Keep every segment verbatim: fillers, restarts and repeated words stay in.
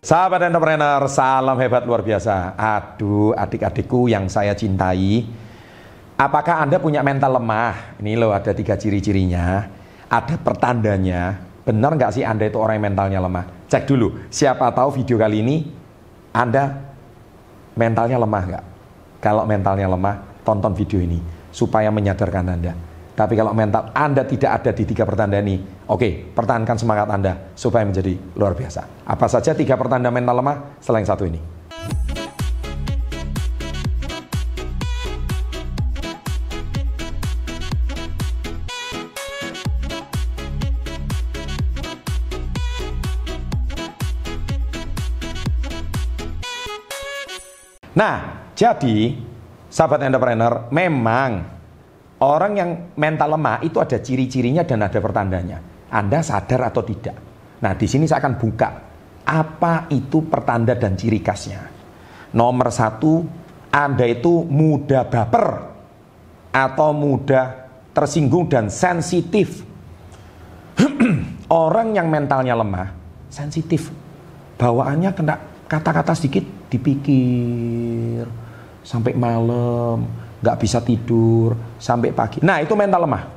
Sahabat entrepreneur, salam hebat luar biasa. Aduh, adik-adikku yang saya cintai. Apakah Anda punya mental lemah? Ini loh, ada tiga ciri-cirinya. Ada pertandanya. Benar nggak sih Anda itu orang yang mentalnya lemah? Cek dulu. Siapa tahu video kali ini Anda mentalnya lemah nggak? Kalau mentalnya lemah, tonton video ini supaya menyadarkan Anda. Tapi kalau mental Anda tidak ada di tiga pertanda ini, oke, pertahankan semangat Anda supaya menjadi luar biasa. Apa saja tiga pertanda mental lemah selain satu ini? Nah, jadi sahabat entrepreneur, memang orang yang mental lemah itu ada ciri-cirinya dan ada pertandanya. Anda sadar atau tidak? Nah, di sini saya akan buka apa itu pertanda dan ciri khasnya. Nomor satu, Anda itu mudah baper atau mudah tersinggung dan sensitif. Orang yang mentalnya lemah, sensitif. Bawaannya kena kata-kata sedikit dipikir sampai malam, nggak bisa tidur sampai pagi. Nah, itu mental lemah.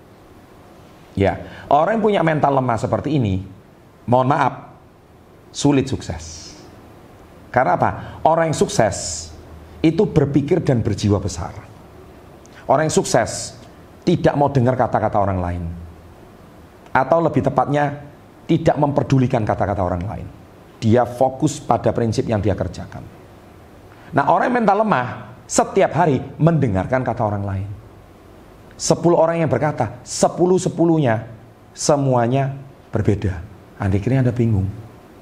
Ya, orang yang punya mental lemah seperti ini, mohon maaf, sulit sukses. Karena apa? Orang yang sukses itu berpikir dan berjiwa besar. Orang yang sukses tidak mau dengar kata-kata orang lain, atau lebih tepatnya tidak memperdulikan kata-kata orang lain. Dia fokus pada prinsip yang dia kerjakan. Nah, orang yang mental lemah setiap hari mendengarkan kata orang lain. Sepuluh orang yang berkata, sepuluh-sepuluhnya semuanya berbeda. Anda kira Anda bingung.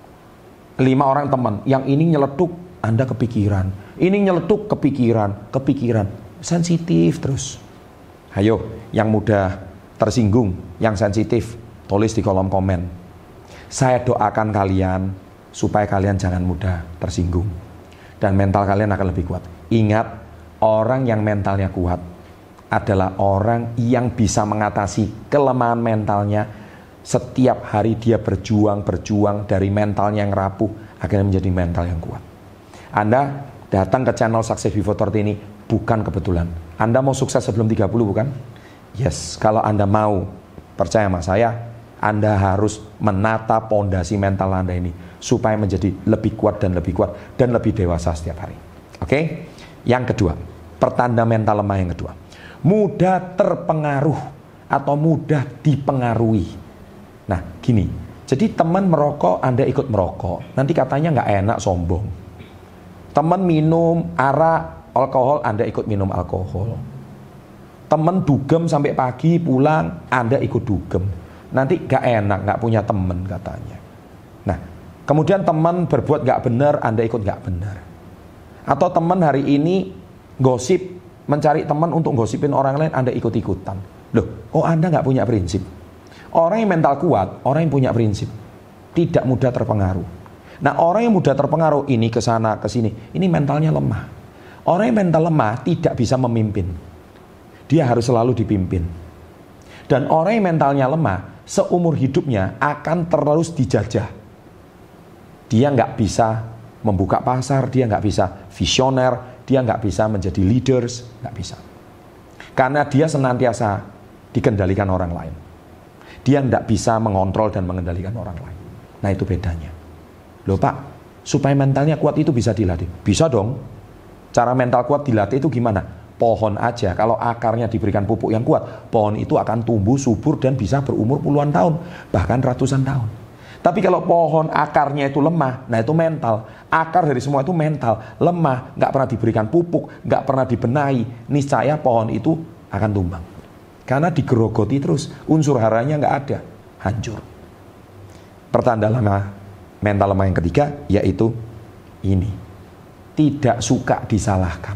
Lima orang teman, yang ini nyeletuk, Anda kepikiran. Ini nyeletuk, kepikiran, kepikiran. Sensitif terus. Ayo, yang mudah tersinggung, yang sensitif, tulis di kolom komen. Saya doakan kalian supaya kalian jangan mudah tersinggung. Dan mental kalian akan lebih kuat. Ingat, orang yang mentalnya kuat adalah orang yang bisa mengatasi kelemahan mentalnya. Setiap hari dia berjuang-berjuang dari mentalnya yang rapuh akhirnya menjadi mental yang kuat. Anda datang ke channel Success Before tiga puluh ini bukan kebetulan. Anda mau sukses sebelum tiga puluh bukan? Yes, kalau Anda mau percaya sama saya, Anda harus menata pondasi mental Anda ini supaya menjadi lebih kuat dan lebih kuat dan lebih dewasa setiap hari. Oke? Yang kedua, pertanda mental lemah yang kedua, mudah terpengaruh atau mudah dipengaruhi. Nah, gini, jadi teman merokok, Anda ikut merokok, nanti katanya nggak enak, sombong. Teman minum arak, alkohol, Anda ikut minum alkohol. Teman dugem sampai pagi pulang, Anda ikut dugem. Nanti nggak enak, nggak punya teman katanya. Nah, kemudian teman berbuat nggak benar, Anda ikut nggak benar. Atau teman hari ini gosip, mencari teman untuk gosipin orang lain, Anda ikut-ikutan. Loh, oh Anda nggak punya prinsip. Orang yang mental kuat, orang yang punya prinsip, tidak mudah terpengaruh. Nah, orang yang mudah terpengaruh, ini ke sana, ke sini, ini mentalnya lemah. Orang yang mental lemah tidak bisa memimpin. Dia harus selalu dipimpin. Dan orang yang mentalnya lemah, seumur hidupnya akan terus dijajah. Dia nggak bisa membuka pasar, dia nggak bisa visioner, dia nggak bisa menjadi leaders, nggak bisa. Karena dia senantiasa dikendalikan orang lain. Dia nggak bisa mengontrol dan mengendalikan orang lain. Nah, itu bedanya. Loh Pak, supaya mentalnya kuat itu bisa dilatih? Bisa dong. Cara mental kuat dilatih itu gimana? Pohon aja, kalau akarnya diberikan pupuk yang kuat, pohon itu akan tumbuh subur dan bisa berumur puluhan tahun, bahkan ratusan tahun. Tapi kalau pohon akarnya itu lemah, nah itu mental. Akar dari semua itu mental, lemah, nggak pernah diberikan pupuk, nggak pernah dibenahi, niscaya pohon itu akan tumbang. Karena digerogoti terus, unsur haranya nggak ada, hancur. Pertanda lemah, mental lemah yang ketiga, yaitu ini, tidak suka disalahkan.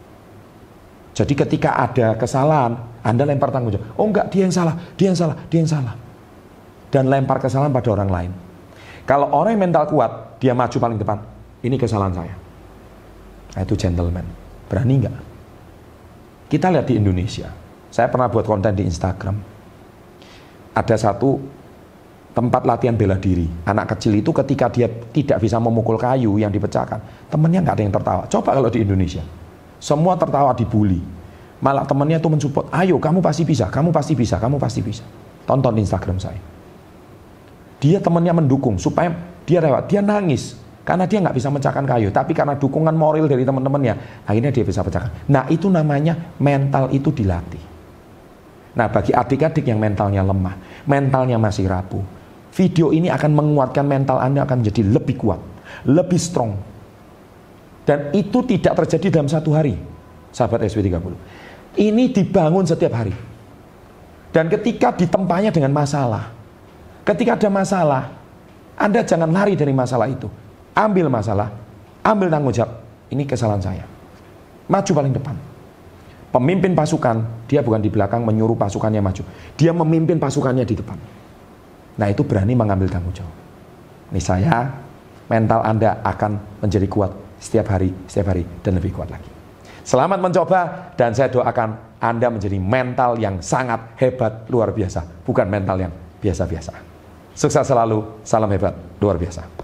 Jadi ketika ada kesalahan, Anda lempar tanggung jawab. Oh enggak, dia yang salah, dia yang salah, dia yang salah. Dan lempar kesalahan pada orang lain. Kalau orang yang mental kuat, dia maju paling depan. Ini kesalahan saya. Nah, itu gentleman. Berani enggak? Kita lihat di Indonesia. Saya pernah buat konten di Instagram. Ada satu tempat latihan bela diri. Anak kecil itu ketika dia tidak bisa memukul kayu yang dipecahkan, temennya nggak ada yang tertawa. Coba kalau di Indonesia, semua tertawa, dibully. Malah temennya itu mensupport, ayo kamu pasti bisa, kamu pasti bisa, kamu pasti bisa. Tonton Instagram saya. Dia temennya mendukung supaya dia lewat, dia nangis. Karena dia nggak bisa mecahkan kayu, tapi karena dukungan moral dari teman-temannya, akhirnya dia bisa pecahkan. Nah itu namanya mental itu dilatih. Nah bagi adik-adik yang mentalnya lemah, mentalnya masih rapuh, video ini akan menguatkan mental Anda, akan menjadi lebih kuat, lebih strong. Dan itu tidak terjadi dalam satu hari, sahabat S W tiga puluh. Ini dibangun setiap hari. Dan ketika ditempanya dengan masalah, ketika ada masalah, Anda jangan lari dari masalah itu. Ambil masalah, ambil tanggung jawab. Ini kesalahan saya. Maju paling depan. Pemimpin pasukan, dia bukan di belakang menyuruh pasukannya maju. Dia memimpin pasukannya di depan. Nah itu berani mengambil tanggung jawab. Ini saya, mental Anda akan menjadi kuat setiap hari, setiap hari, dan lebih kuat lagi. Selamat mencoba, dan saya doakan Anda menjadi mental yang sangat hebat, luar biasa. Bukan mental yang biasa-biasa. Sukses selalu, salam hebat, luar biasa.